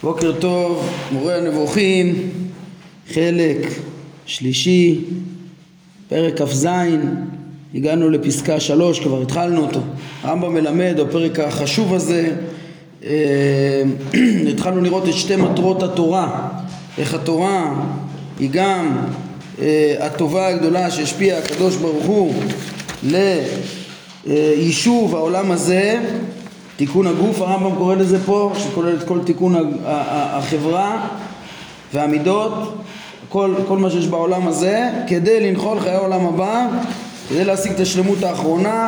בוקר טוב, מורה הנבוכים, חלק שלישי, פרק כ"ז, הגענו לפסקה 3, כבר התחלנו אותו. הרמב"ם מלמד בפרק החשוב הזה, התחלנו לראות את שתי מטרות התורה, איך התורה היא גם הטובה הגדולה שהשפיע הקדוש ברוך הוא ליישוב העולם הזה, תיקון הגוף, הרמב"ם קורא לזה פה, שכולל את כל תיקון החברה והמידות, כל מה שיש בעולם הזה, כדי לנחול חיי העולם הבא, כדי להשיג את השלמות האחרונה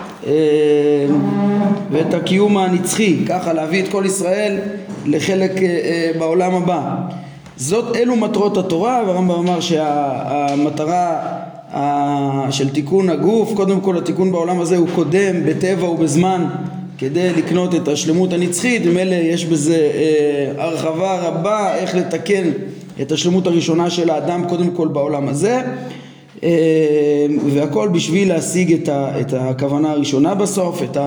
ואת הקיום הנצחי, ככה להביא את כל ישראל לחלק בעולם הבא. אלו מטרות התורה, והרמב"ם אמר שהמטרה של תיקון הגוף, קודם כל התיקון בעולם הזה הוא קודם בטבע ובזמן, כדי לקנות את השלמות הנצחית, ומאלה יש בזה הרחבה רבה איך לתקן את השלמות הראשונה של האדם קודם כל בעולם הזה, והכל בשביל להשיג את הכוונה הראשונה בסוף, את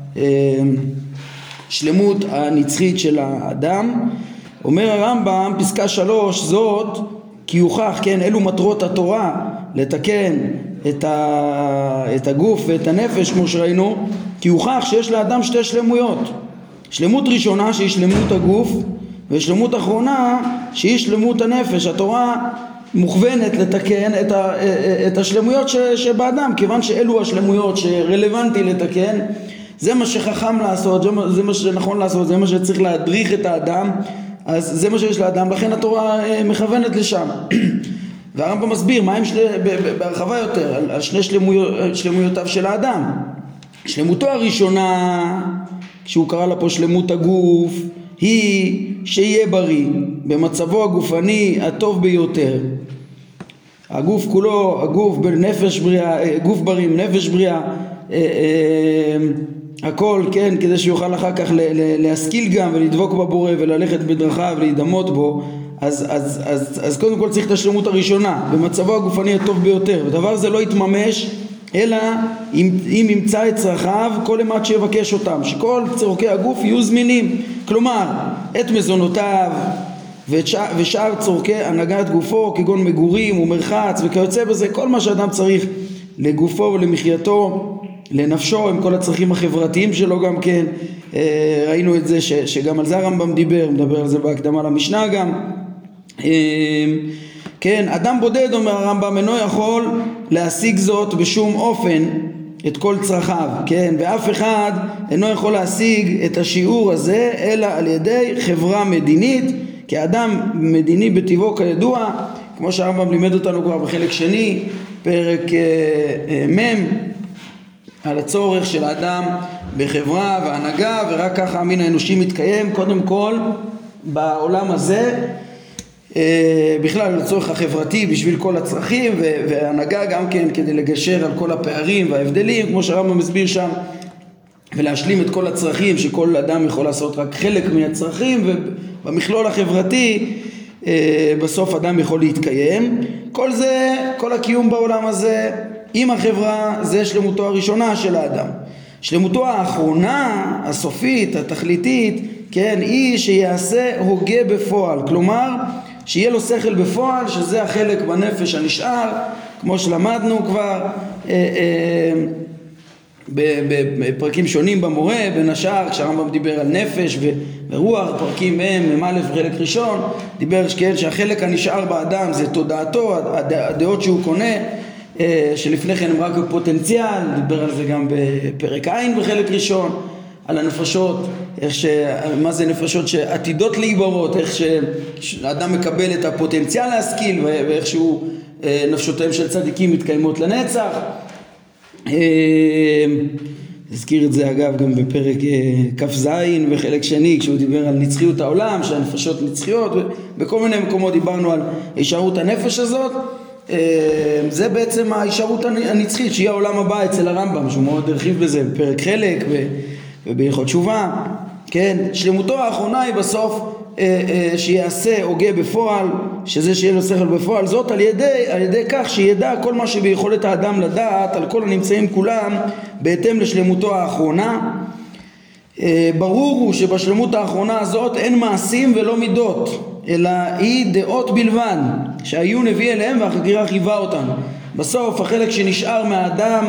השלמות הנצחית של האדם. אומר הרמב"ם פסקה 3, זאת כי יוכח, כן, אלו מטרות התורה, לתקן את הגוף ואת הנפש כמו שראינו, כי יוכח שיש לאדם שתי שלמויות, שלמות ראשונה שהיא שלמות הגוף, ושלמות אחרונה שהיא שלמות הנפש. התורה מוכוונת לתקן את השלמויות שבאדם, כיוון שאלו השלמויות שרלוונטי לתקן, זה מה שחכם לעשות, זה מה שנכון לעשות, זה מה שצריך להדריך את האדם, אז זה מה שיש לאדם, לכן התורה מכוונת לשם. והרמב"ם מסביר מה הם בהרחבה יותר על שני שלמויותיו של האדם. שלמותו הראשונה, כשהוא קרא לה פה שלמות הגוף, היא שיהיה בריא במצבו הגופני הטוב ביותר. הגוף כולו, הגוף בנפש בריאה, גוף בריא, נפש בריאה, הכל, כן, כדי שיוכל אחר כך להשכיל גם ולדבוק בבורא וללכת בדרכיו ולהידמות בו. אז קודם כל צריך את השלמות הראשונה במצבו הגופני הטוב ביותר, ודבר זה לא יתממש אלא אם ימצא את צרכיו כל אימת שיבקש אותם, שכל צורכי הגוף יהיו זמינים, כלומר את מזונותיו ושאר צורכי הנהגת גופו כגון מגורים ומרחץ וכיוצא בזה, כל מה שאדם צריך לגופו ולמחייתו, לנפשו, עם כל הצרכים החברתיים שלו גם כן. ראינו את זה שגם על זה הרמב"ם מדבר על זה בהקדמה למשנה גם. כן, אדם בודד, אומר הרמב"ם, אינו יכול להשיג זאת בשום אופן, את כל צרכיו, כן, ואף אחד אינו יכול להשיג את השיעור הזה אלא על ידי חברה מדינית, כי אדם מדיני בטבעו כידוע, כמו שהרמב"ם לימד אותנו כבר בחלק שני, פרק מ', על הצורך של האדם בחברה והנהגה, ורק ככה המין האנושי מתקיים קודם כל בעולם הזה, בכלל לצורך החברתי בשביל כל הצרכים, והנהגה גם כן כדי לגשר על כל הפערים וההבדלים, כמו שהרמב"ם מסביר שם, ולהשלים את כל הצרכים שכל אדם יכול לעשות רק חלק מהצרכים, ובמכלול החברתי בסוף אדם יכול להתקיים. כל זה, כל הקיום בעולם הזה עם החברה, זה שלמותו הראשונה של האדם. שלמותו האחרונה, הסופית, התכליתית, כן, היא שיעשה הוגה בפועל, כלומר שיהיה לו שכל בפועל, שזה החלק בנפש הנשאר, כמו שלמדנו כבר בפרקים שונים במורה, בין השאר כשהרמב"ם דיבר על נפש ורוח, פרקים מ' חלק ראשון, דיבר שהחלק הנשאר באדם זה תודעתו, הדעות שהוא קונה, שלפני כן הם רק בפוטנציאל, דיבר על זה גם בפרק ע' בחלק ראשון, על הנפשות, מה זה נפשות שעתידות להיברות, איך שהאדם מקבל את הפוטנציאל להשכיל, ואיך שהוא נפשותיהם של צדיקים מתקיימות לנצח. הזכיר את זה אגב גם בפרק כ"ז וחלק שני, כשהוא דיבר על נצחיות העולם, שהנפשות נצחיות, ובכל מיני מקומות דיברנו על הישארות הנפש הזאת. זה בעצם ההישארות הנצחית שהיא העולם הבא אצל הרמב"ם, שהוא מאוד הרחיב בזה בפרק חלק ובהלכות תשובה. כן, שלמותו האחרונה היא בסוף שיעשה הוגה בפועל, שזה שיהיה לו שכל בפועל, זאת על ידי כך שידע כל מה שביכולת האדם לדעת על כל הנמצאים כולם בהתאם לשלמותו האחרונה, ברור הוא שבשלמות האחרונה הזאת אין מעשים ולא מידות, אלא היא דעות בלבד שהיו נביא אליהם והחקירה חייבה אותם. בסוף החלק שנשאר מהאדם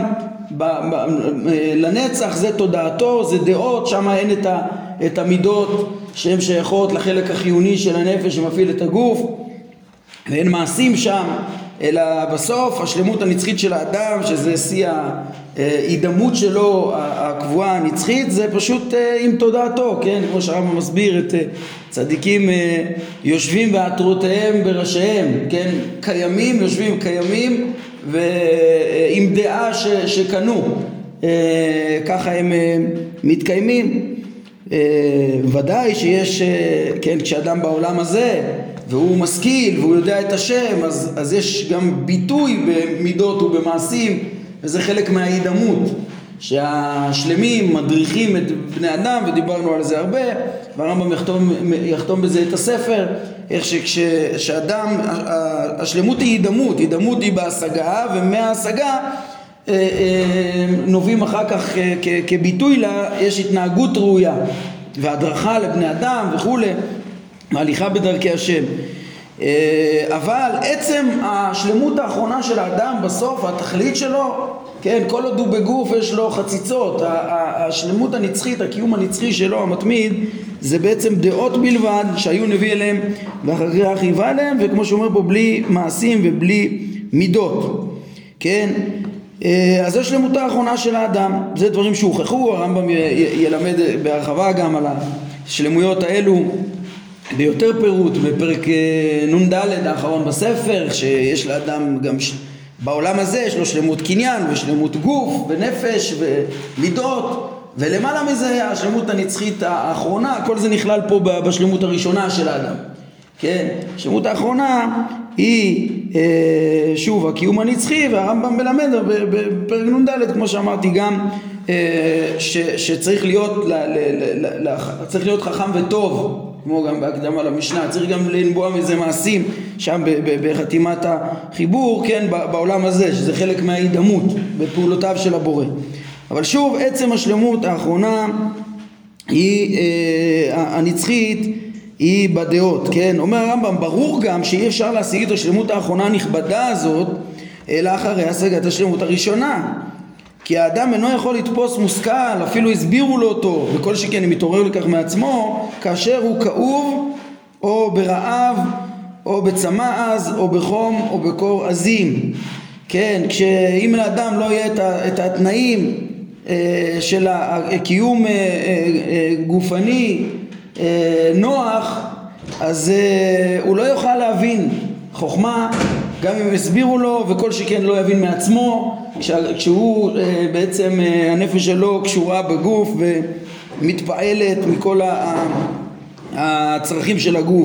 לנצח זה תודעתו, זה דעות, שם אין את המידות שהן שייכות לחלק החיוני של הנפש שמפעיל את הגוף, ואין מעשים שם, אלא בסוף השלמות הנצחית של האדם, שזה שיא ההידמות שלו הקבועה הנצחית, זה פשוט עם תודעתו, כן? כמו שהרמב"ם מסביר, את צדיקים יושבים ועטרותיהם בראשיהם, כן? קיימים, יושבים קיימים ועם דעה שקנו, ככה הם מתקיימים. ודאי שיש, כן, כשאדם בעולם הזה והוא משכיל והוא יודע את השם, אז יש גם ביטוי במידות ובמעשים, וזה חלק מההידמות שהשלמים מדריכים את בני אדם, ודיברנו על זה הרבה, והרמב"ם יחתום בזה את הספר, איך שכשאדם, השלמות היא הידמות, הידמות היא בהשגה, ומההשגה נובעים אחר כך כביטוי לה, יש התנהגות ראויה והדרכה לבני אדם וכולי, ההליכה בדרכי השם. אבל עצם השלמות האחרונה של האדם בסוף, התכלית שלו, כן, כל עוד הוא בגוף יש לו חציצות, השלמות הנצחית, הקיום הנצחי שלו המתמיד, זה בעצם דעות בלבד שהיו נביא אליהם והחקירה חייבה אליהם, וכמו שאומר פה, בלי מעשים ובלי מידות, כן. אז זו שלמותה האחרונה של האדם, זה דברים שהוכחו, הרמב"ם ילמד בהרחבה גם על השלמויות האלו ביותר פירוט בפרק נ"ד האחרון בספר, שיש לאדם גם בעולם הזה יש לו שלמות קניין ושלמות גוף ונפש ומידות, ולמעלה מזה השלמות הנצחית האחרונה, כל זה נכלל פה בשלמות הראשונה של האדם, כן? השלמות האחרונה היא שוב הקיום הנצחי, והרמב"ם מלמד בפרק נ"ד כמו שאמרתי גם שצריך להיות חכם וטוב, כמו גם בהקדמה למשנה, צריך גם לנבוע מזה מעשים שם בחתימת החיבור, כן, בעולם הזה, שזה חלק מההידמות בפעולותיו של הבורא. אבל שוב, עצם השלמות האחרונה היא הנצחית, היא בדעות, כן? אומר הרמב"ם, ברור גם שאי אפשר להשיג את השלמות האחרונה הנכבדה הזאת אלא אחרי השגת השלמות הראשונה, כי האדם אינו יכול לתפוס מושכל, אפילו הסבירו לו אותו, וכל שכן מתעורר לכך מעצמו, כאשר הוא כאוב או ברעב או בצמא עז או בחום או בקור עזים, כן? כשאם לאדם לא יהיה את התנאים של הקיום גופני נוח, אז הוא לא יוכל להבין חוכמה, גם אם הסבירו לו, וכל שכן לא יבין מעצמו, כשהוא בעצם הנפש שלו קשורה בגוף ומתפעלת מכל הצרכים של הגוף.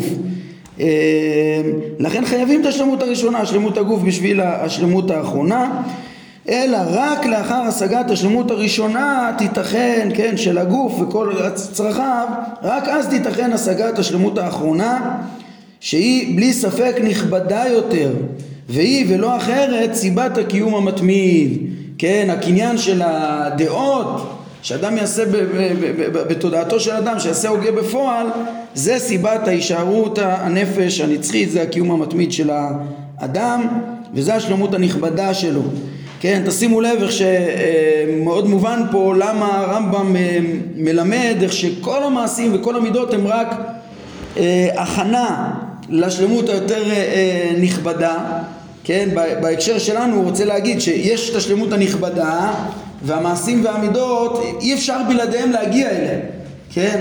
לכן חייבים את השלמות הראשונה, השלמות הגוף בשביל השלמות האחרונה, אלא רק לאחר השגת השלמות הראשונה תיתכן, כן, של הגוף וכל צרכיו, רק אז תיתכן השגת השלמות האחרונה, שהיא בלי ספק נכבדה יותר, והיא ולא אחרת סיבת הקיום המתמיד, כן, הקניין של הדעות שאדם יעשה בתודעתו של אדם, שיעשה הוגה בפועל, זה סיבת ההישארות הנפש הנצחית, זה הקיום המתמיד של האדם, וזה השלמות הנכבדה שלו. כן, תשימו לב איך שמאוד מובן פה למה הרמב"ם מלמד איך שכל המעשים וכל המידות הם רק הכנה לשלמות היותר נכבדה, כן? בהקשר שלנו הוא רוצה להגיד שיש את השלמות הנכבדה, והמעשים והמידות אי אפשר בלעדיהם להגיע אליהם, כן?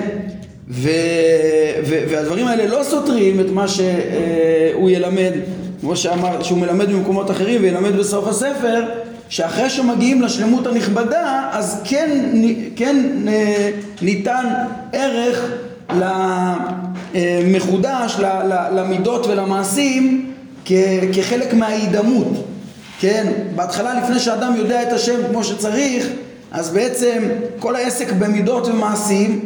והדברים האלה לא סותרים את מה שהוא ילמד, כמו שאמר, שהוא מלמד במקומות אחרים וילמד בסוף הספר, שאחרי שמגיעים לשלמות הנכבדה, אז כן ניתן ערך מחודש למידות ולמעשים כחלק מההידמות, כן? בהתחלה לפני שאדם יודע את השם כמו שצריך, אז בעצם כל העסק במידות ומעשים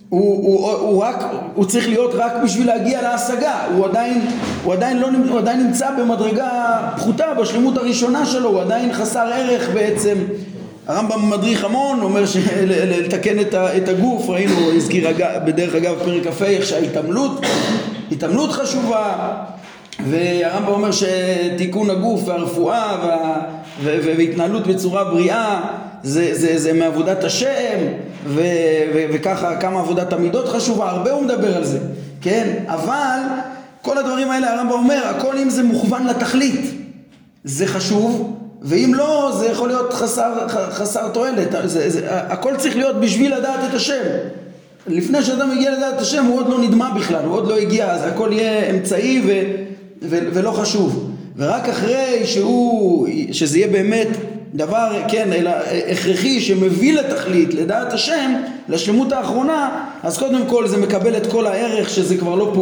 הוא צריך להיות רק בשביל להגיע להשגה, הוא עדיין נמצא במדרגה פחותה בשלמות הראשונה שלו, הוא עדיין חסר ערך בעצם הרמב"ם מדריך המון, אומר לתקן את הגוף, ראינו, הזכיר בדרך אגב פרק כ"ה איך שההתעמלות חשובה, והרמב"ם אומר שתיקון הגוף והרפואה והתנהלות בצורה בריאה זה מעבודת השם, וככה כמה עבודת המידות חשובה, הרבה הוא מדבר על זה, כן? אבל כל הדברים האלה הרמב"ם אומר, הכל אם זה מוכוון לתכלית זה חשוב, ואם לא זה יכול להיות חסר תועלת. הכל צריך להיות בשביל לדעת את השם. לפני שאדם מגיע לדעת את השם הוא עוד לא נדמה בכלל, הוא עוד לא הגיע, אז הכל יהיה אמצעי ולא חשוב. ורק אחרי שזה יהיה באמת דבר, כן, אלא הכרחי שמביא לתכלית, לדעת השם, לשלמות האחרונה, אז קודם כל זה מקבל את כל הערך, שזה כבר לא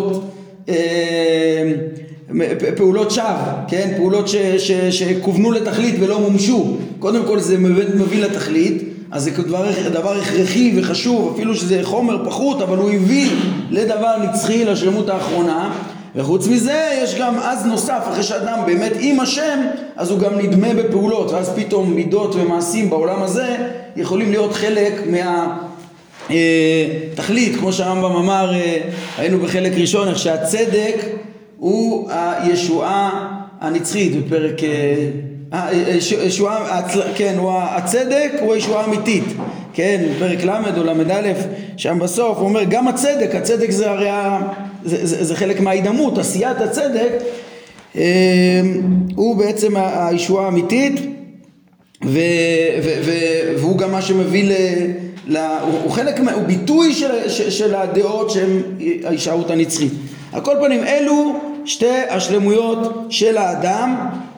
פעולות שווא, כן? פעולות שכוונו לתכלית ולא מומשו. קודם כל זה מביא לתכלית, אז זה דבר הכרחי וחשוב, אפילו שזה חומר פחות, אבל הוא הביא לדבר נצחי, לשלמות האחרונה. וחוץ מזה יש גם אז נוסף, אחרי שאדם באמת עם השם, אז הוא גם נדמה בפעולות, ואז פתאום מידות ומעשים בעולם הזה יכולים להיות חלק תכלית, כמו שהרמב"ם אמר, היינו בחלק ראשון, איך שהצדק הוא הישועה הנצחית בפרק, כן, הצדק הוא הישועה האמיתית, כן, בפרק למד או למד א', שם בסוף הוא אומר גם הצדק זה הרי זה חלק מההידמות, עשיית הצדק הוא בעצם הישועה האמיתית, והוא גם מה שמביא הוא חלק, הוא ביטוי של הדעות שהן הישעות הנצחית. על כל פנים אלו שתי השלמויות של האדם,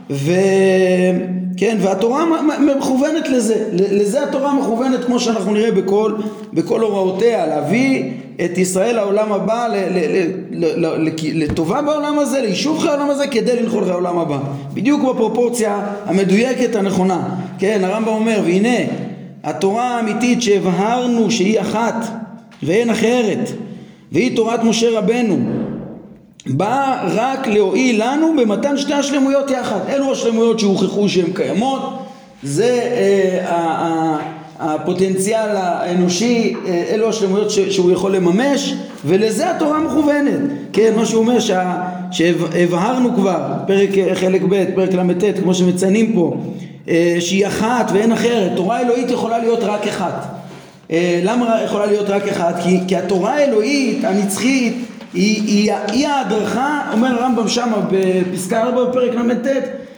כן, והתורה מכוונת לזה התורה מכוונת, כמו שאנחנו נראה בכל הוראותיה, להביא את ישראל לעולם הבא, לטובה בעולם הזה, ליישוב חיי העולם הזה, כדי לנחול חיי העולם הבא, בדיוק בפרופורציה המדויקת הנכונה. כן, הרמב"ם אומר, והנה התורה האמיתית שהבהרנו שהיא אחת ואין אחרת, והיא תורת משה רבנו, באה רק להועיל לנו במתן שתי השלמויות יחד. אלו השלמויות שהוכחו שהן קיימות, זה הפוטנציאל האנושי, אלו השלמויות שהוא יכול לממש, ולזה התורה מכוונת. כן, מה שהוא אומר שהבהרנו כבר, פרק חלק ב', פרק למ"ט, כמו שמציינים פה, שהיא אחת ואין אחרת. תורה אלוהית יכולה להיות רק אחת. למה יכולה להיות רק אחת? כי התורה האלוהית הנצחית היא ההדרכה, אומר הרמב"ם שם בפסקה 4 בפרק למ"ט,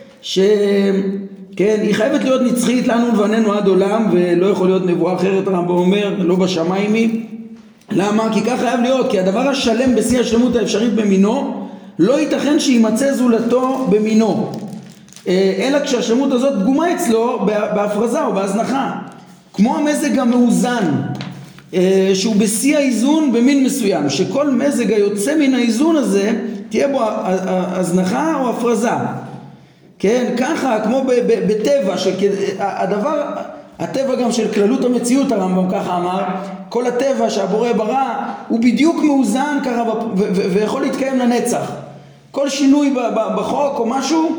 כן, היא חייבת להיות נצחית לנו ולבנינו עד עולם, ולא יכול להיות נבואה אחרת, הרמב"ם אומר, לא בשמיים היא. למה? כי כך חייב להיות, כי הדבר השלם בשיא השלמות האפשרית במינו, לא ייתכן שימצא זולתו במינו, אלא כשהשלמות הזאת פגומה אצלו בהפרזה או בהזנחה, כמו המזג המאוזן, שהוא בשיא האיזון במין מסוים, שכל מזג היוצא מן האיזון הזה תהיה בו הזנחה או הפרזה. כן, ככה כמו בטבע, הטבע גם של כללות המציאות, הרמב"ם ככה אמר, כל הטבע שהבורא ברא הוא בדיוק מאוזן ככה ויכול להתקיים לנצח. כל שינוי בחוק או משהו,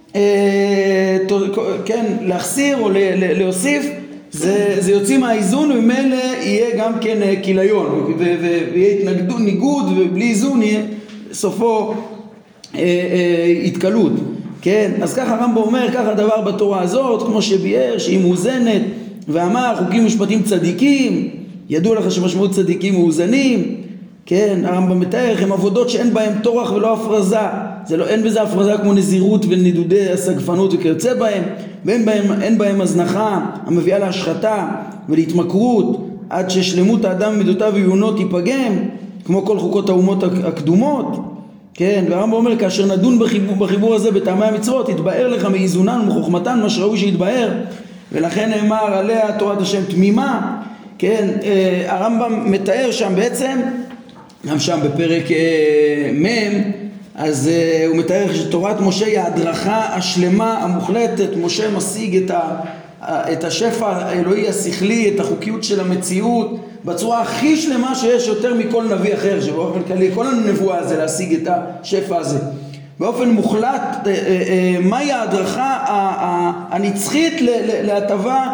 כן, להחסיר או להוסיף, זה יוצאים מהאיזון, וממילא יהיה גם כן כיליון, ויהיה ניגוד, ובלי איזון יהיה סופו התקלות. כן, אז ככה הרמב"ם אומר, ככה הדבר בתורה הזאת, כמו שביאר, שהיא מאוזנת, ואמר חוקים משפטים צדיקים, ידוע לך שמשמעות צדיקים מאוזנים. כן, הרמב"ם מתאר, הם עבודות שאין בהם תורח ולא הפרזה, אין בזה הפרזה כמו נזירות ונידודי הסגפנות וכיוצא בהם, ואין בהם הזנחה המביאה להשחתה ולהתמכרות, עד ששלמות האדם ומידותיו ועיונו תיפגם, כמו כל חוקות האומות הקדומות. כן, והרמב"ם אומר, כאשר נדון בחיבור הזה בטעמי המצוות, יתבאר לך מאיזונן ומחוכמתן מה שראוי שיתבאר, ולכן נאמר עליה תורת השם תמימה. כן, הרמב"ם מתאר שם בעצם, גם שם בפרק מ', אז הוא מתאר שתורת משה היא ההדרכה השלמה המוחלטת. משה משיג את השפע האלוהי השכלי, את החוקיות של המציאות בצורה הכי שלמה שיש, יותר מכל נביא אחר, שבאופן כללי כל הנבואה זה להשיג את השפע הזה באופן מוחלט. מהי ההדרכה הנצחית להטבה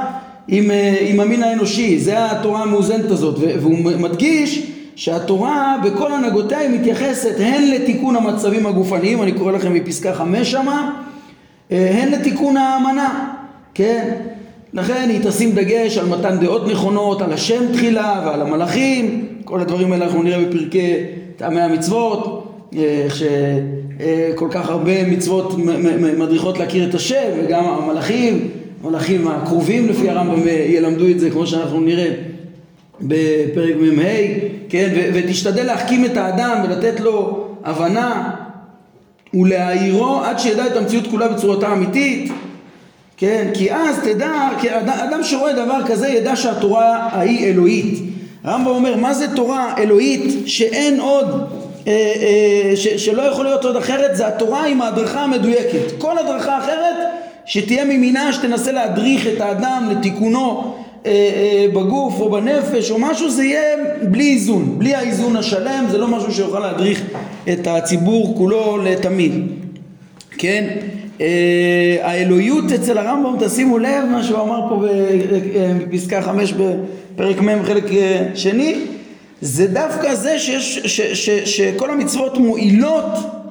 עם המין האנושי. זה התורה המאוזנת הזאת, והוא מדגיש שהתורה בכל הנהגותיה היא מתייחסת הן לתיקון המצבים הגופניים, אני קורא לכם מפסקה 5 שמה, הן לתיקון האמנה, כן? לכן היא תשים דגש על מתן דעות נכונות, על השם תחילה ועל המלאכים. כל הדברים האלה אנחנו נראה בפרקי טעמי המצוות, איך שכל כך הרבה מצוות מדריכות להכיר את השם, וגם המלאכים הקרובים לפי הרמב"ם ילמדו את זה, כמו שאנחנו נראה בפרק מ"ה, כן? ותשתדל להחכים את האדם ולתת לו הבנה ולהעירו עד שידע את המציאות כולה בצורתה האמיתית, כן? כי אז תדע, כי אדם שרואה דבר כזה ידע שהתורה היא אלוהית. הרמב"ם אומר, מה זה תורה אלוהית שאין עוד, שלא יכול להיות עוד אחרת? זה התורה עם ההדרכה המדויקת. כל הדרכה אחרת שתהיה ממינה, שתנסה להדריך את האדם לתיקונו בגוף או בנפש או משהו, זה יהיה בלי איזון, בלי האיזון השלם. זה לא משהו שיוכל להדריך את הציבור כולו לתמיד, כן? האלוהיות אצל הרמב"ם, תשימו לב מה שהוא אמר פה בפסקה 5 בפרק מ' חלק שני, זה דווקא זה שכל המצוות מועילות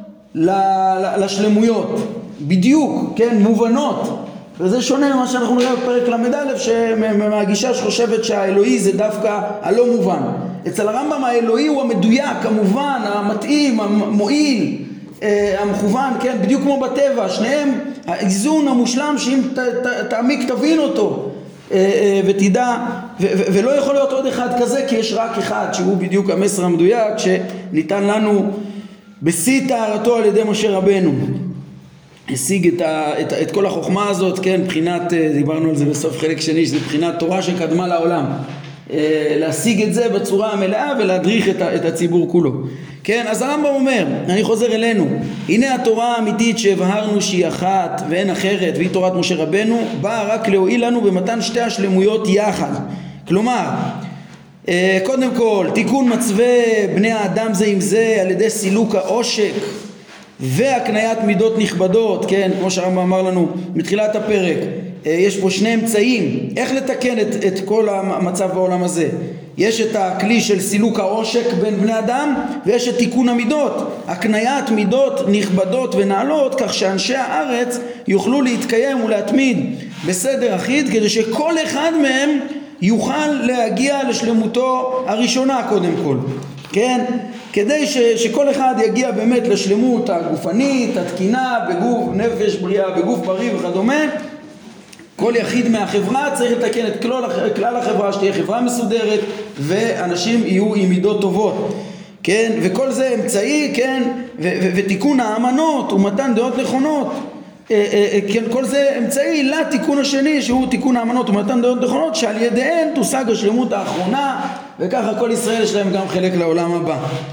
לשלמויות בדיוק, כן, מובנות, וזה שונה ממה שאנחנו נראה בפרק למ"א, שמהגישה שחושבת שהאלוהי זה דווקא הלא מובן. אצל הרמב"ם האלוהי הוא המדויק, המובן, המתאים, המועיל, המכוון, כן, בדיוק כמו בטבע, שניהם האיזון המושלם, שאם תעמיק תבין אותו ותדע, ולא יכול להיות עוד אחד כזה, כי יש רק אחד שהוא בדיוק המסר המדויק שניתן לנו בשיא טהרתו על ידי משה רבנו. השיג את כל החוכמה הזאת, כן, בחינת, דיברנו על זה בסוף חלק שני, שזה בחינת תורה שקדמה לעולם, להשיג את זה בצורה המלאה ולהדריך את הציבור כולו. כן, אז הרמב"ם אומר, אני חוזר אלינו, הנה התורה האמיתית שהבהרנו שהיא אחת ואין אחרת, והיא תורת משה רבנו, באה רק להועיל לנו במתן שתי השלמויות יחד. כלומר, קודם כל, תיקון מצווה בני האדם זה עם זה על ידי סילוק העושק והקניית מידות נכבדות, כן, כמו שהרמב"ם אמר לנו מתחילת הפרק. יש פה שני אמצעים איך לתקן את כל המצב בעולם הזה. יש את הכלי של סילוק העושק בין בני אדם, ויש את תיקון המידות, הקניית מידות נכבדות ונעלות, כך שאנשי הארץ יוכלו להתקיים ולהתמיד בסדר אחיד, כדי שכל אחד מהם יוכל להגיע לשלמותו הראשונה קודם כל, כן? כדי שכל אחד יגיע באמת לשלמות הגופנית, התקינה, בגוף, נפש בריאה, בגוף בריא וכדומה. כל יחיד מהחברה צריך לתקן את כלל החברה, שתהיה חברה מסודרת ואנשים יהיו עם מידות טובות, כן? וכל זה אמצעי, כן? ותיקון האמנות ומתן דעות נכונות, כן? כל זה אמצעי לתיקון השני, שהוא תיקון האמנות ומתן דעות נכונות, שעל ידיהן תושג השלמות האחרונה, וככה כל ישראל יש להם גם חלק לעולם הבא.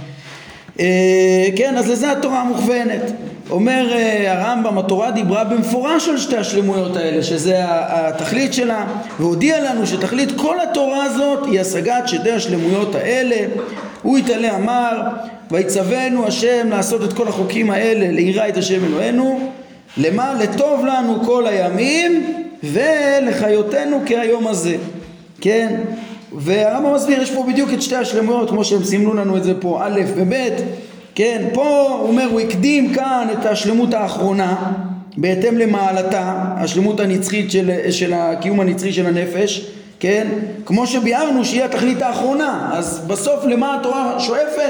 כן, אז לזה התורה מוכוונת. אומר הרמב"ם, התורה דיברה במפורש על שתי השלמויות האלה, שזה התכלית שלה, והודיע לנו שתכלית כל התורה הזאת היא השגת שתי השלמויות האלה. הוא יתעלה אמר, ויצוונו השם לעשות את כל החוקים האלה ליראה את השם אלוהינו, למה? לטוב לנו כל הימים ולחיותנו כהיום הזה, כן? והרמב"ם מסביר, יש פה בדיוק את שתי השלמויות כמו שהם סימנו לנו את זה פה א' וב', כן? פה הוא אומר, הוא הקדים כאן את השלמות האחרונה בהתאם למעלתה, השלמות הנצחית של הקיום הנצחי של הנפש, כן? כמו שביארנו שהיא התכלית האחרונה. אז בסוף למה התורה שואפת?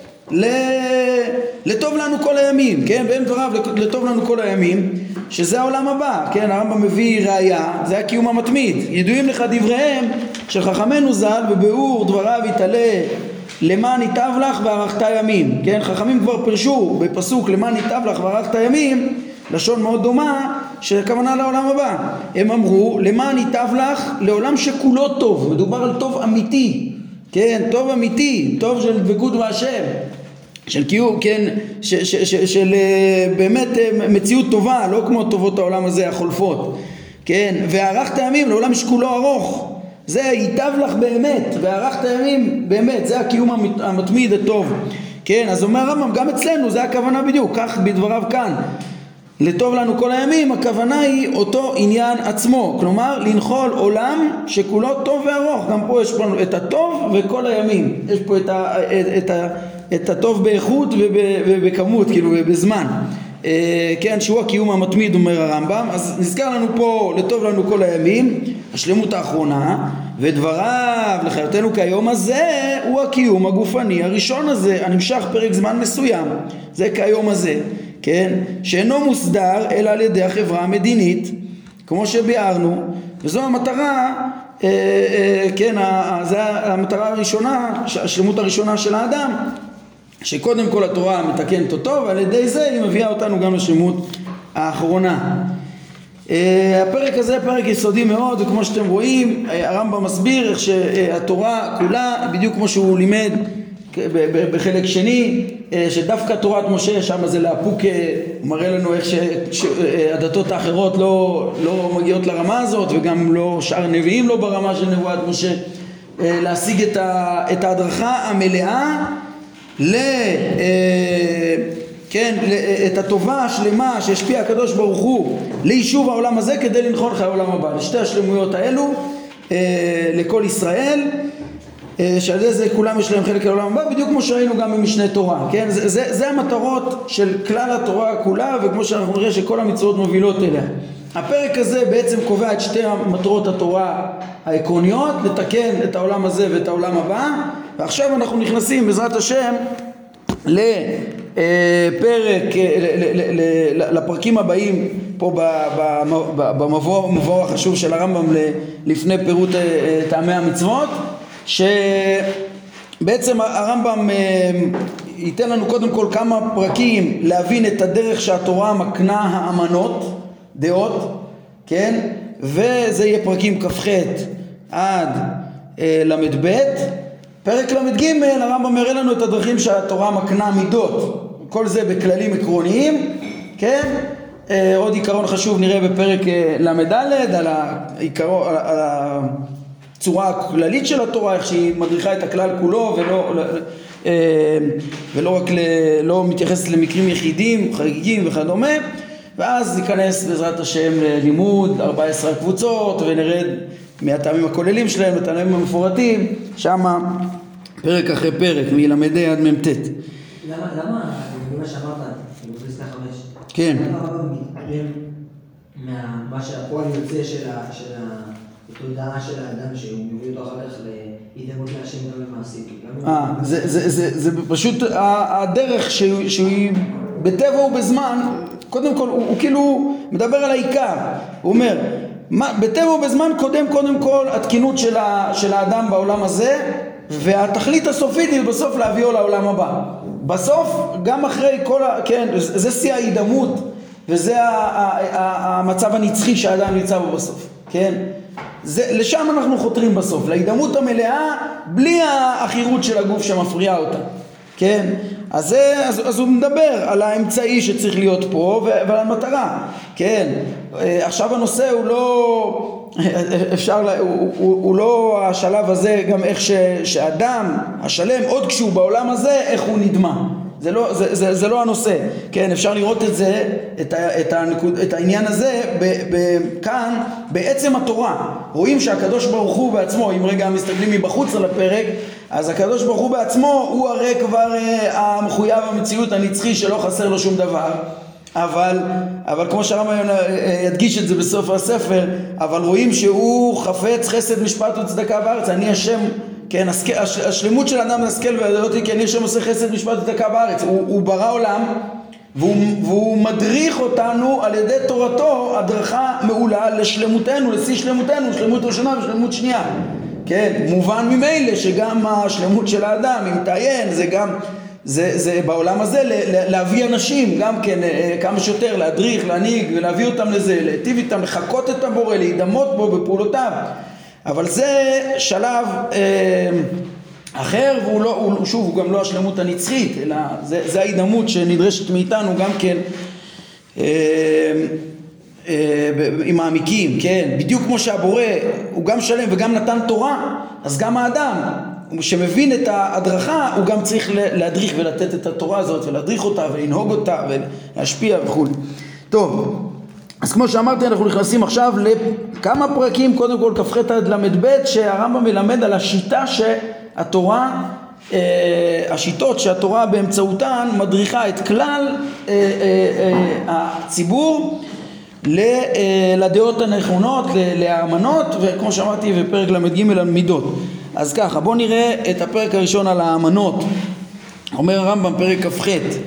לטוב לנו כל הימים, כן? בין דבריו לטוב לנו כל הימים, שזה העולם הבא, כן? הרמב"ם מביא ראיה, זה הקיום המתמיד. ידועים לך דבריהם של חכמינו ז"ל, בביאור דבריו יתעלה למען ייטב לך וארכת ימים, כן? חכמים כבר פרשו בפסוק למען ייטב לך וארכת ימים, לשון מאוד דומה שכוונה לעולם הבא. הם אמרו למען ייטב לך לעולם שכולו טוב, מדובר על טוב אמיתי, כן? טוב אמיתי, טוב של דבקות בהשם, של קיום, כן? של באמת מציאות טובה, לא כמו טובות העולם הזה החולפות, כן? וארכת ימים לעולם שכולו ארוך, זה ייטב לך באמת, וארכת ימים באמת, זה הקיום המתמיד הטוב, כן? אז אומר הרמב"ם, גם אצלנו זה הכוונה בדיוק, כך בדבריו כאן, לטוב לנו כל הימים, הכוונה היא אותו עניין עצמו, כלומר לנחול עולם שכולו טוב וארוך. גם פה יש פה את הטוב וכל הימים, יש פה את הטוב באיכות ובכמות, כאילו בזמן, כן, שהוא הקיום המתמיד, אומר הרמב"ם. אז נזכר לנו פה לטוב לנו כל הימים, השלמות האחרונה, ודבריו לחיותנו כיום הזה הוא הקיום הגופני הראשון הזה, הנמשך פרק זמן מסוים, זה כיום הזה, כן, שאינו מוסדר אלא על ידי החברה המדינית, כמו שביארנו, וזו המטרה, כן, זו המטרה הראשונה, השלמות הראשונה של האדם, שקודם כל התורה מתקנת אותו, ועל ידי זה היא מביאה אותנו גם לשלמות האחרונה. הפרק הזה פרק יסודי מאוד, וכמו שאתם רואים הרמב"ם מסביר איך שהתורה כולה, בדיוק כמו שהוא לימד בחלק שני, שדווקא תורת משה שם זה לאפוק, מראה לנו איך שהדתות האחרות לא מגיעות לרמה הזאת, וגם לא שאר נביאים לא ברמה של נבואת משה, להשיג את ההדרכה המלאה כן, את הטובה השלמה שהשפיע הקדוש ברוך הוא ליישוב העולם הזה כדי לנחול חיי העולם הבא. לשתי השלמויות האלו לכל ישראל, שעל זה כולם יש להם חלק לעולם הבא, בדיוק כמו שראינו גם במשנה תורה, כן? זה המטרות של כלל התורה כולה, וכמו שאנחנו נראה שכל המצוות מובילות אליה. הפרק הזה בעצם קובע את שתי מטרות התורה העקרוניות, לתקן את העולם הזה ואת העולם הבא. ועכשיו אנחנו נכנסים בעזרת השם לפרקים הבאים פה במבוא החשוב של הרמב"ם לפני פירוט טעמי המצוות, שבעצם הרמב"ם ייתן לנו קודם כל כמה פרקים להבין את הדרך שהתורה מקנה האמנות, דעות, כן? וזה יהיה פרקים כ"ח עד ל"ב. פרק ל"ג הרמב"ם מראה לנו את הדרכים שהתורה מקנה מידות, כל זה בכללים עקרוניים, כן? עוד עיקרון חשוב נראה בפרק ל"ד על הצורה הכללית של התורה, איך שהיא מדריכה את הכלל כולו ולא רק לא מתייחסת למקרים יחידים, חריגים וכדומה. ואז ניכנס בעזרת השם ללימוד 14 הקבוצות ונרד מהטעמים הכוללים שלהם לטעמים המפורטים, שמה פרק אחרי פרק מל"ה עד מ"ט. למה מה שאמרת בפסקה 5, כן, למה הרמב"ם מתעלם מה שהפועל יוצא של התודעה של האדם שהוא מביא אותו אחר כך להתאמות להשם גם למעשים? זה פשוט הדרך שהיא בטבע ובזמן. קודם כל הוא כאילו מדבר על העיקר, הוא אומר בטבע ובזמן קודם כל התקינות של האדם בעולם הזה, והתכלית הסופית היא בסוף להביאו לעולם הבא. בסוף גם אחרי כל כן, זה שיא ההידמות, וזה המצב הנצחי שהאדם נמצא בו בסוף, כן? לשם אנחנו חותרים בסוף, להידמות המלאה בלי האחירות של הגוף שמפריעה אותה, כן? אז הוא מדבר על האמצעי שצריך להיות פה ועל המטרה, כן? עכשיו הנושא הוא לא הוא לא השלב הזה, גם איך שהאדם השלם עוד כשהוא בעולם הזה איך הוא נדמה, זה לא הנושא, כן? אפשר לראות את זה, את העניין הזה כאן בעצם התורה. רואים שהקדוש ברוך הוא בעצמו, אם רגע מסתכלים מבחוץ על הפרק, אז הקדוש ברוך הוא בעצמו הוא הרי כבר המחויב המציאות הנצחי שלא חסר לו שום דבר, אבל כמו שהרמב"ם ידגיש את זה בסוף הספר, אבל רואים שהוא חפץ חסד משפט וצדקה בארץ. אני השם, כן, השלמות של אדם להשכל וידעתי כי אני השם עושה חסד משפט וצדקה בארץ. הוא ברא עולם והוא מדריך אותנו על ידי תורתו הדרכה מעולה לשלמותנו, לשיא שלמותנו, שלמות ראשונה ושלמות שנייה, כן? מובן ממילא שגם השלמות של האדם, אם תעיין, זה גם זה בעולם הזה להביא אנשים גם כן כמה שיותר, להדריך, להנהיג ולהביא אותם לזה, להיטיב איתם, לחקות את הבורא, להידמות בו בפעולותיו. אבל זה שלב אחר, הוא גם לא השלמות הנצחית, אלא זה ההידמות שנדרשת מאיתנו גם כן עם העמיקים, כן? בדיוק כמו שהבורא הוא גם שלם וגם נתן תורה, אז גם האדם שמבין את ההדרכה הוא גם צריך להדריך ולתת את התורה הזאת ולהדריך אותה ולנהוג אותה ולהשפיע וכו'. טוב, אז כמו שאמרתי, אנחנו נכנסים עכשיו לכמה פרקים, קודם כל כ"ח עד ל"ב, שהרמב"ם מלמד על השיטה שהתורה, השיטות שהתורה באמצעותן מדריכה את כלל הציבור לדעות הנכונות, לאמנות, וכמו שאמרתי בפרק ל"ג על מידות. אז ככה, בואו נראה את הפרק הראשון על האמנות. אומר הרמב"ם פרק כ"ח,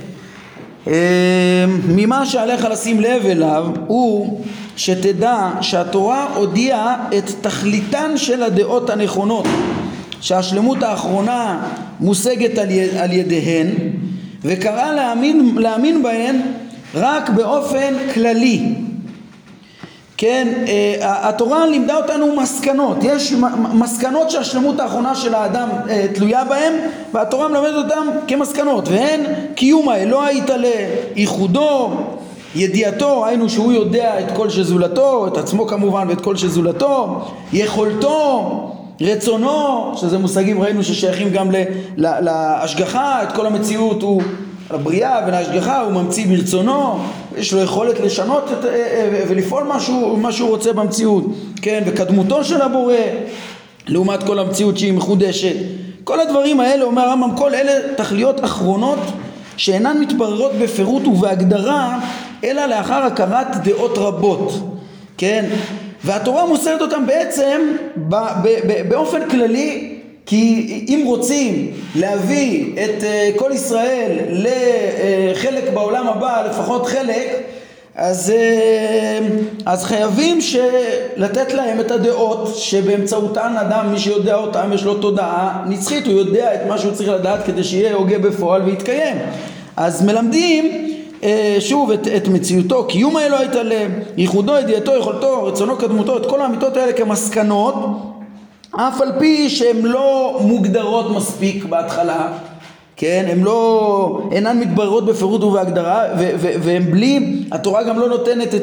ממה שעליך לשים לב אליו הוא שתדע שהתורה הודיעה את תכליתן של הדעות הנכונות, שהשלמות האחרונה מושגת על ידיהן, וקראה להאמין בהן רק באופן כללי. כן, התורה לימדה אותנו מסקנות, יש מסקנות שהשלמות האחרונה של האדם תלויה בהם, והתורה מלמדת אותם כמסקנות, והן קיום האלוה יתעלה, ייחודו, ידיעתו, היינו שהוא יודע את כל שזולתו, את עצמו כמובן ואת כל שזולתו, יכולתו, רצונו, שזה מושגים ראינו ששייכים גם להשגחה, את כל המציאות הוא הבריאה ולהשגחה, הוא ממציא ברצונו, יש לו יכולת לשנות ולפעול מה שהוא רוצה במציאות, כן, וקדמותו של הבורא לעומת כל המציאות שהיא מחודשת. כל הדברים האלה, אומר הרמב"ם, כל אלה תכליות אחרונות שאינן מתבררות בפירוט ובהגדרה אלא לאחר הכרת דעות רבות, כן, והתורה מוסרת אותם בעצם באופן כללי, כי אם רוצים להביא את כל ישראל לחלק בעולם הבא, לפחות חלק, אז חייבים לתת להם את הדעות שבאמצעותן אדם, מי שיודע אותם, יש לו תודעה נצחית, הוא יודע את מה שהוא צריך לדעת כדי שיהיה הוגה בפועל ויתקיים. אז מלמדים שוב את מציאותו, קיום האלוה יתעלה, ייחודו, ידיעתו, יכולתו, רצונו, קדמותו, את כל האמיתות האלה כמסקנות, אף על פי שהן לא מוגדרות מספיק בהתחלה, כן, הן אינן מתבררות בפירוט ובהגדרה, והן בלי, התורה גם לא נותנת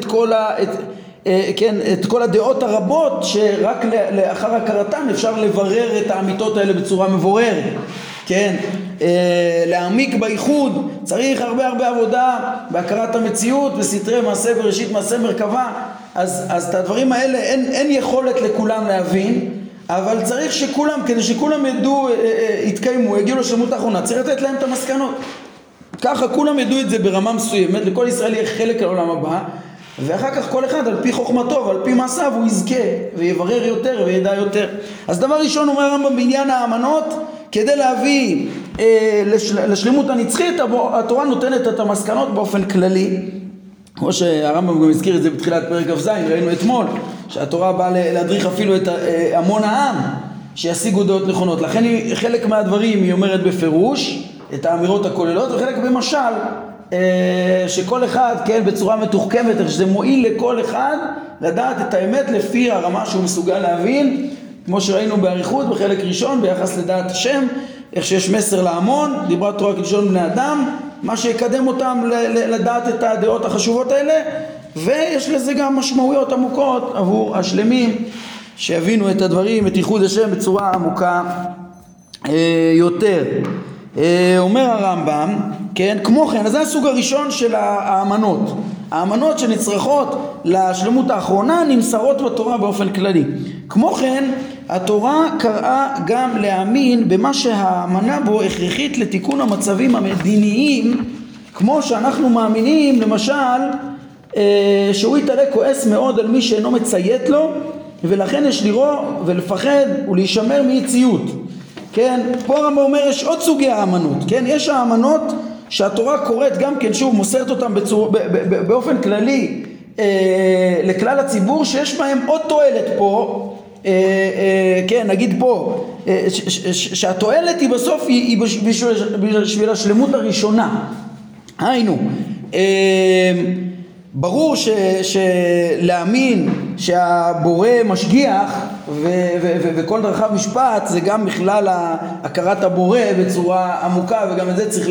את כל הדעות הרבות שרק לאחר הכרתן אפשר לברר את האמיתות האלה בצורה מבוררת, כן, להעמיק בייחוד צריך הרבה עבודה בהכרת המציאות בסתרי מעשה בראשית מעשה מרכבה, אז את הדברים האלה אין יכולת לכולם להבין, אבל צריך שכולם, כדי שכולם ידעו, יתקיימו, יגיעו לשלמות האחרונה, צריך לתת להם את המסקנות. ככה כולם ידעו את זה ברמה מסוימת, לכל ישראל יהיה חלק לעולם הבא, ואחר כך כל אחד על פי חוכמתו ועל פי מעשיו הוא יזכה ויברר יותר וידע יותר. אז דבר ראשון אומר הרמב"ם בעניין האמנות, כדי להביא לשלמות הנצחית, התורה נותנת את המסקנות באופן כללי, כמו שהרמב"ם גם הזכיר את זה בתחילת פרק כ"ז, ראינו אתמול שהתורה באה להדריך אפילו את המון העם שישיגו דעות נכונות, לכן חלק מהדברים היא אומרת בפירוש את האמירות הכוללות, וחלק במשל שכל אחד, כן, בצורה מתוחכמת, שזה מועיל לכל אחד לדעת את האמת לפי הרמה שהוא מסוגל להבין, כמו שראינו באריכות בחלק ראשון ביחס לדעת השם, איך שיש מסר להמון, דיברה תורה כלשון בני אדם, מה שיקדם אותם לדעת את הדעות החשובות האלה, ויש לזה גם משמעויות עמוקות עבור השלמים שיבינו את הדברים, את ייחוד השם בצורה עמוקה יותר. אומר הרמב"ם, כן, כמו כן, אז זה הסוג הראשון של האמנות. האמנות שנצרכות לשלמות האחרונה נמסרות בתורה באופן כללי. כמו כן, התורה קראה גם להאמין במה שהאמנה בו הכרחית לתיקון המצבים המדיניים, כמו שאנחנו מאמינים, למשל, שהוא יתעלה כועס מאוד על מי שאינו מציית לו, ולכן יש לירוא ולפחד ולהישמר מאי-ציות. כן, פה הרמב"ם אומר יש עוד סוגי האמנות, כן, יש האמנות שהתורה קוראת גם כן, שוב מוסרת אותם באופן כללי לכלל הציבור, שיש בהם עוד תועלת פה, כן, נגיד פה שהתועלת היא בסוף היא בשביל השלמות הראשונה. היינו, ברור שלהאמין שהבורא משגיח וכל דרכיו משפט זה גם בכלל הכרת הבורא בצורה עמוקה, וגם את זה צריך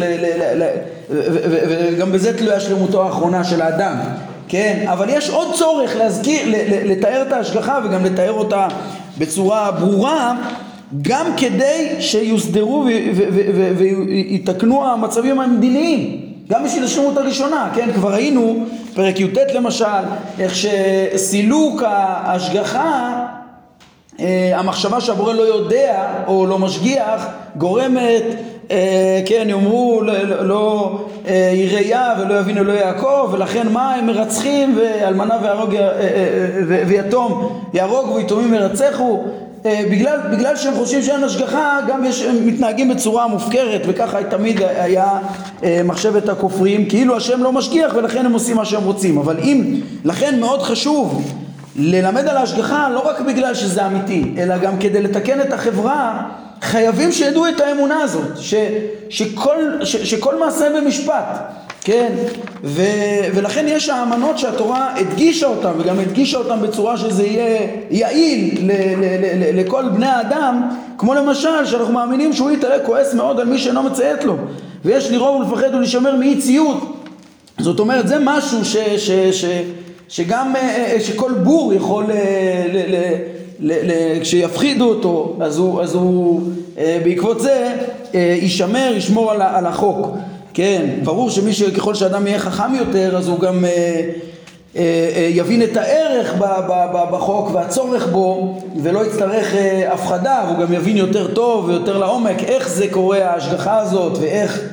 וגם בזה תלויה שלמותו האחרונה של האדם, כן, אבל יש עוד צורך לתאר את ההשגחה וגם לתאר אותה בצורה ברורה, גם כדי שיוסדרו ויתקנו המצבים המדיניים, גם בשביל השלמות הראשונה, כן? כבר ראינו, פרק י"ט למשל, איך שסילוק ההשגחה, המחשבה שהבורא לא יודע או לא משגיח, גורמת, כן, יאמרו, לא יראה ולא יבין אלוהי יעקב, ולכן מה הם מרצחים, ואלמנה ויתום יהרוג ויתומים ירצחו, בגלל שהם חושבים שאין השגחה, גם הם מתנהגים בצורה מופקרת, וככה תמיד היה מחשבת הכופרים, כאילו השם לא משגיח ולכן הם עושים מה שהם רוצים. אבל לכן מאוד חשוב ללמד על ההשגחה, לא רק בגלל שזה אמיתי, אלא גם כדי לתקן את החברה, חייבים שידעו את האמונה הזאת, שכל מעשה במשפט, כן? ולכן יש האמנות שהתורה הדגישה אותם, וגם הדגישה אותם בצורה שזה יהיה יעיל לכל בני האדם, כמו למשל שאנחנו מאמינים שהוא יתעלה כועס מאוד על מי שאינו מציית לו, ויש לראות ולפחד ולשמר מאי ציות. זאת אומרת, זה משהו שגם שכל בור יכול כשיפחידו אותו, אז הוא בעקבות זה ישמור על החוק. כן, ברור ככל שאדם יהיה חכם יותר, אז הוא גם יבין את הערך בחוק והצורך בו, ולא יצטרך הפחדה, והוא גם יבין יותר טוב ויותר לעומק איך זה קורה, ההשגחה הזאת, ואיך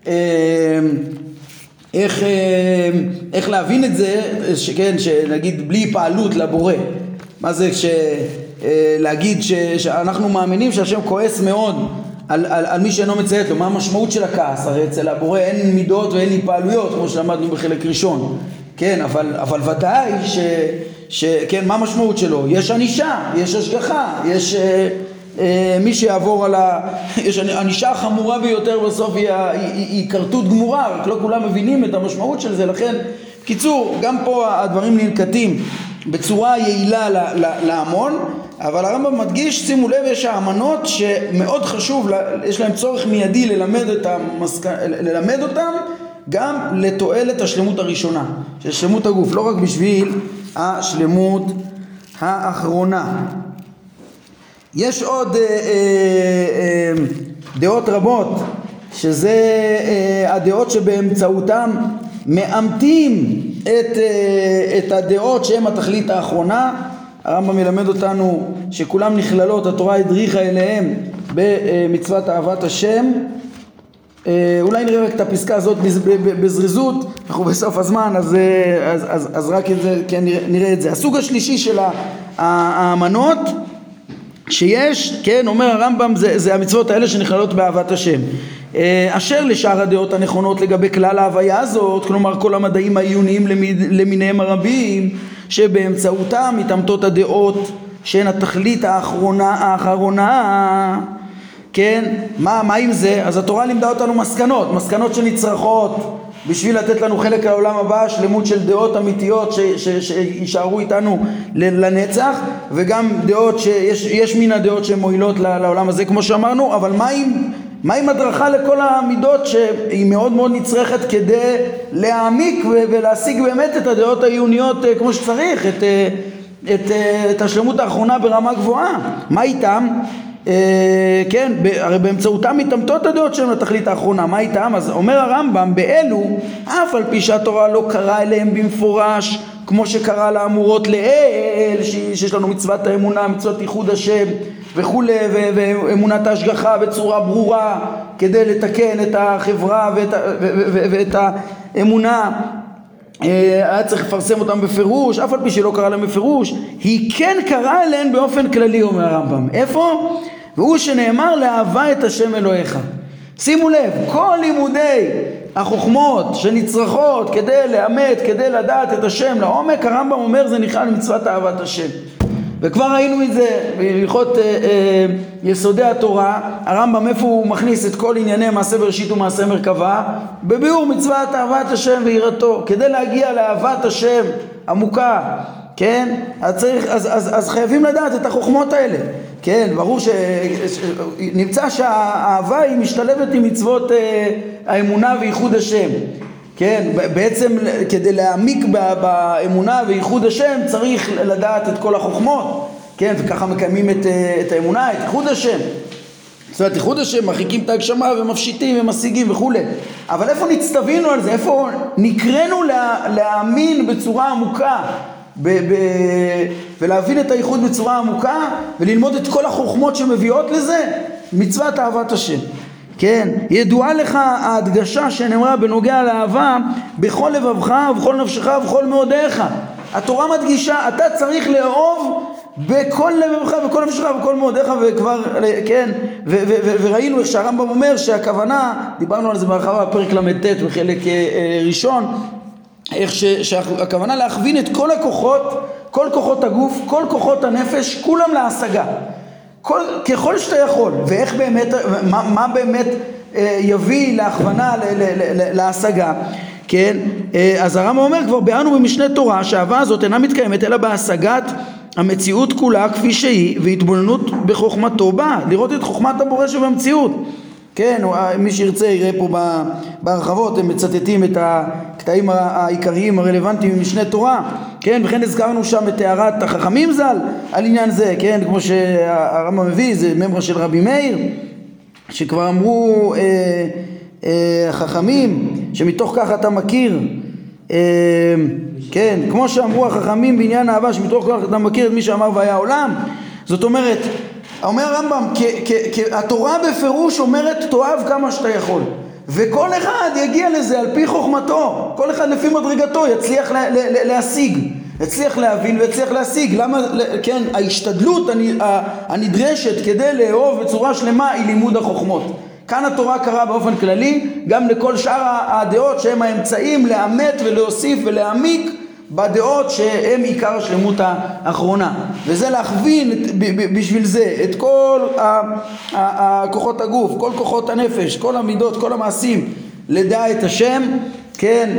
איך להבין את זה, שנגיד בלי פעלות לבורא. מה זה להגיד שאנחנו מאמינים שהשם כועס מאוד על מי שאינו מציית לו? מה המשמעות של הכעס? הרי אצל הבורא אין מידות ואין התפעלויות, כמו שלמדנו בחלק ראשון, כן, אבל ודאי כן, מה המשמעות שלו? יש ענישה, יש השגחה, יש מי שיעבור יש ענישה חמורה ביותר, בסוף היא קרטות גמורה, רק לא כולם מבינים את המשמעות של זה. לכן, בקיצור, גם פה הדברים נלקטים בצורה יעילה להמון, אבל הרמב"ם מדגיש, שימו לב, יש האמנות שמאוד חשוב, יש להם צורך מיידי ללמד אותם גם לתועלת השלמות הראשונה, של שלמות הגוף, לא רק בשביל השלמות האחרונה. יש עוד דעות רבות, שזה הדעות שבאמצעותם מאמתים את הדעות שהן התכלית האחרונה. הרמב"ם מלמד אותנו שכולם נכללות, התורה הדריכה אליהם במצוות אהבת השם. אולי נראה רק את הפסקה הזאת בזריזות, אנחנו בסוף הזמן, אז רק את זה, כן, נראה את זה. הסוג השלישי של האמנות שיש, כן, אומר הרמב"ם, זה המצוות האלה שנכללות באהבת השם, אשר לשאר הדעות הנכונות לגבי כלל ההוויה הזאת, כלומר כל המדעים העיוניים למיניהם הרבים, שבאמצעותם מתאמתות הדעות שהן התכלית האחרונה, כן, מה עם זה? אז התורה לימדה אותנו מסקנות שנצרכות בשביל לתת לנו חלק לעולם הבא, שלמות של דעות אמיתיות שישארו איתנו לנצח, וגם דעות שיש מן הדעות שמועילות לעולם הזה כמו שאמרנו. אבל מה עם הדרכה לכל המידות שהיא מאוד מאוד נצרכת כדי להעמיק ולהשיג באמת את הדעות העיוניות כמו שצריך, את השלמות האחרונה ברמה גבוהה? מה איתם? כן, הרי באמצעותם מתאמתות הדעות שהן לתכלית האחרונה. מה איתם? אז אומר הרמב"ם, באלו אף על פי שהתורה לא קראה אליהם במפורש כמו שקרא לאמורות לאל, שיש לנו מצוות האמונה, מצוות ייחוד השם וכו', ואמונת ההשגחה בצורה ברורה כדי לתקן את החברה ואת האמונה, היה צריך לפרסם אותם בפירוש. אף על פי שלא קרא להם בפירוש, היא כן קראה אליהם באופן כללי, אומר הרמב"ם. איפה? והוא שנאמר לאהבה את השם אלוהיך. שימו לב, כל לימודי החוכמות שנצרכות כדי לאמת, כדי לדעת את השם לעומק, הרמב"ם אומר זה נכלל מצוות אהבת השם. וכבר ראינו את זה בהלכות יסודי התורה. הרמב"ם איפה הוא מכניס את כל ענייני מעשה בראשית ומעשה מרכבה? בביאור מצוות אהבת השם ויראתו, כדי להגיע לאהבת השם עמוקה, כן? אז חייבים לדעת את החוכמות האלה, כן? ברור שנמצא שהאהבה היא משתלבת עם מצוות האמונה וייחוד השם, כן? בעצם כדי להעמיק באמונה וייחוד השם צריך לדעת את כל החוכמות, כן? וככה מקיימים את האמונה, את ייחוד השם. זאת אומרת, ייחוד השם, מרחיקים את ההגשמה ומפשיטים ומשיגים וכו'. אבל איפה נצטווינו על זה? איפה נקראנו להאמין בצורה עמוקה, ולהבין את הייחוד בצורה עמוקה, וללמוד את כל החוכמות שמביאות לזה? מצוות אהבת השם. כן, ידועה לך ההדגשה שנאמרה בנוגע לאהבה בכל לבבך ובכל נפשך ובכל מאודיך. התורה מדגישה, אתה צריך לאהוב בכל לבבך ובכל נפשך ובכל מאודיך, וכבר, כן, וראינו איך שהרמב"ם אומר שהכוונה, דיברנו על זה בהרחבה בפרק ל"ט בחלק ראשון, איך שהכוונה להכווין את כל הכוחות, כל כוחות הגוף, כל כוחות הנפש, כולם להשגה. ככל שאתה יכול, ואיך באמת, מה באמת יביא להכוונה להשגה, כן? אז הרמב"ם אומר כבר באנו במשנה תורה שהאהבה הזאת אינה מתקיימת אלא בהשגת המציאות כולה כפי שהיא, והתבוננות בחוכמתו בה, לראות את חוכמת הבורא שבמציאות. כן, מי שירצה יראה פה בהרחבות, הם מצטטים את הקטעים העיקריים הרלוונטיים ממשנה תורה, כן, וכן הזכרנו שם את הערת החכמים ז"ל על עניין זה, כן, כמו שהרמב"ם מביא, זה ממרה של רבי מאיר, שכבר אמרו החכמים, שמתוך כך אתה מכיר, כן, כמו שאמרו החכמים בעניין האהבה, שמתוך כך אתה מכיר את מי שאמר והיה עולם. זאת אומרת, אומר הרמב"ם, התורה בפירוש אומרת תאהב כמה שאתה יכול, וכל אחד יגיע לזה על פי חוכמתו, כל אחד לפי מדרגתו יצליח להשיג, יצליח להבין ויצליח להשיג. למה? כן, ההשתדלות הנדרשת כדי לאהוב בצורה שלמה היא לימוד החוכמות. כאן התורה קראה באופן כללי גם לכל שאר הדעות שהם האמצעים לאמת ולהוסיף ולהעמיק בדעות שהם עיקר השלמות האחרונה, וזה להכווין בשביל זה את כל כוחות הגוף, כל כוחות הנפש, כל המידות, כל המעשים לדעה את השם, כן,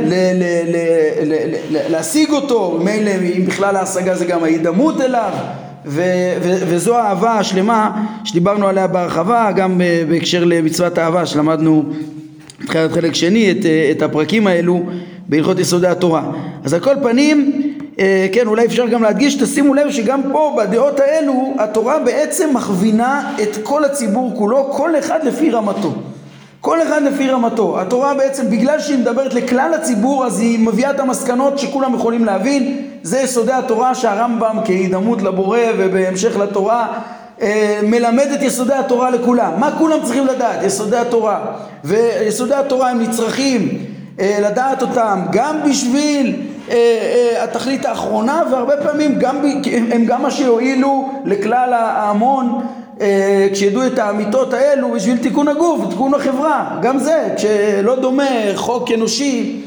להשיג אותו, מילא אם בכלל ההשגה זה גם ההידמות אליו, וזו האהבה השלמה שדיברנו עליה בהרחבה גם בהקשר למצוות האהבה שלמדנו בתחילת חלק שני את הפרקים האלו בהלכות יסודי התורה. אז על כל פנים, כן, אולי אפשר גם להדגיש, תשימו לב שגם פה בדעות האלו התורה בעצם מכווינה את כל הציבור כולו, כל אחד לפי רמתו, כל אחד לפי רמתו. התורה בעצם בגלל שהיא מדברת לכלל הציבור, אז היא מביאה את המסקנות שכולם יכולים להבין. זה יסודי התורה שהרמב"ם כהידמות לבורא ובהמשך לתורה מלמד את יסודי התורה לכולם. מה כולם צריכים לדעת? יסודי התורה. ויסודי התורה הם נצרכים לדעת אותם גם בשביל התכלית האחרונה, והרבה פעמים הם גם מה שיועילו לכלל ההמון כשידעו את האמיתות האלו בשביל תיקון הגוף, תיקון החברה. גם זה, כשלא דומה חוק אנושי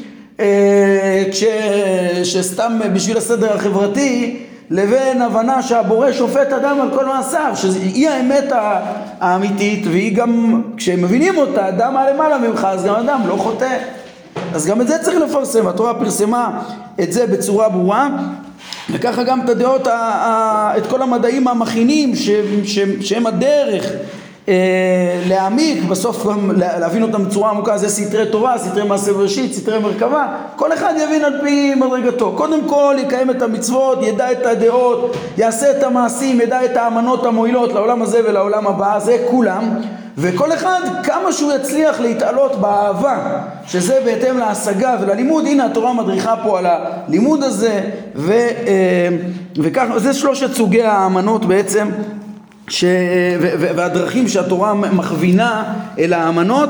שסתם בשביל הסדר החברתי, לבין הבנה שהבורא שופט אדם על כל מעשיו, שהיא האמת האמיתית, והיא גם, כשמבינים אותה, אדם למעלה ממך, אז גם אדם לא חוטא. אז גם את זה צריך לפרסם. התורה פרסמה את זה בצורה ברורה, וככה גם את הדעות, את כל המדעים המכינים שהם הדרך להעמיק, בסוף גם להבין אותם בצורה עמוקה. זה סתרי תורה, סתרי מעשה בראשית, סתרי מרכבה, כל אחד יבין על פי מדרגתו. קודם כל יקיים את המצוות, ידע את הדעות, יעשה את המעשים, ידע את האמנות המועילות לעולם הזה ולעולם הבא, זה כולם. וכל אחד כמה שהוא יצליח להתעלות באהבה, שזה בהתאם להשגה וללימוד. הנה התורה מדריכה פה על הלימוד הזה, וכך זה שלושת סוגי האמנות בעצם, והדרכים שהתורה מכווינה אל האמנות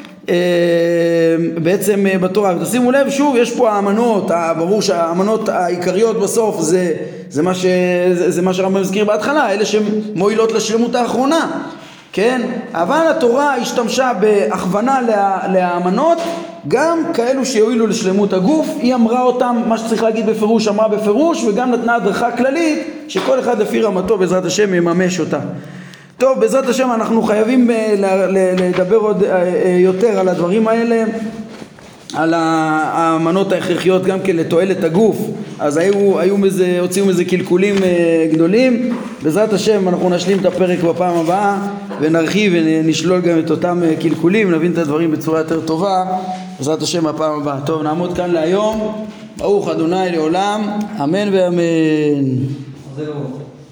בעצם בתורה. תשימו לב, שוב, יש פה האמנות, ברור שהאמנות העיקריות בסוף זה מה שהרמב"ם מזכיר בהתחלה, אלה שמועילות לשלמות האחרונה, כן? אבל התורה השתמשה בהכוונה לאמנות, גם כאלו שיועילו לשלמות הגוף. היא אמרה אותם, מה שצריך להגיד בפירוש אמרה בפירוש, וגם נתנה הדרכה כללית שכל אחד לפי רמתו בעזרת השם יממש אותה. טוב, בעזרת השם אנחנו חייבים לדבר עוד יותר על הדברים האלה, על האמנות ההכרחיות גם כן לתועלת הגוף. אז הוציאו מזה קלקולים גדולים. בעזרת השם אנחנו נשלים את הפרק בפעם הבאה ונרחיב ונשלול גם את אותם קלקולים, נבין את הדברים בצורה יותר טובה בעזרת השם בפעם הבאה. טוב, נעמוד כאן להיום. ברוך אדוני לעולם, אמן ואמן.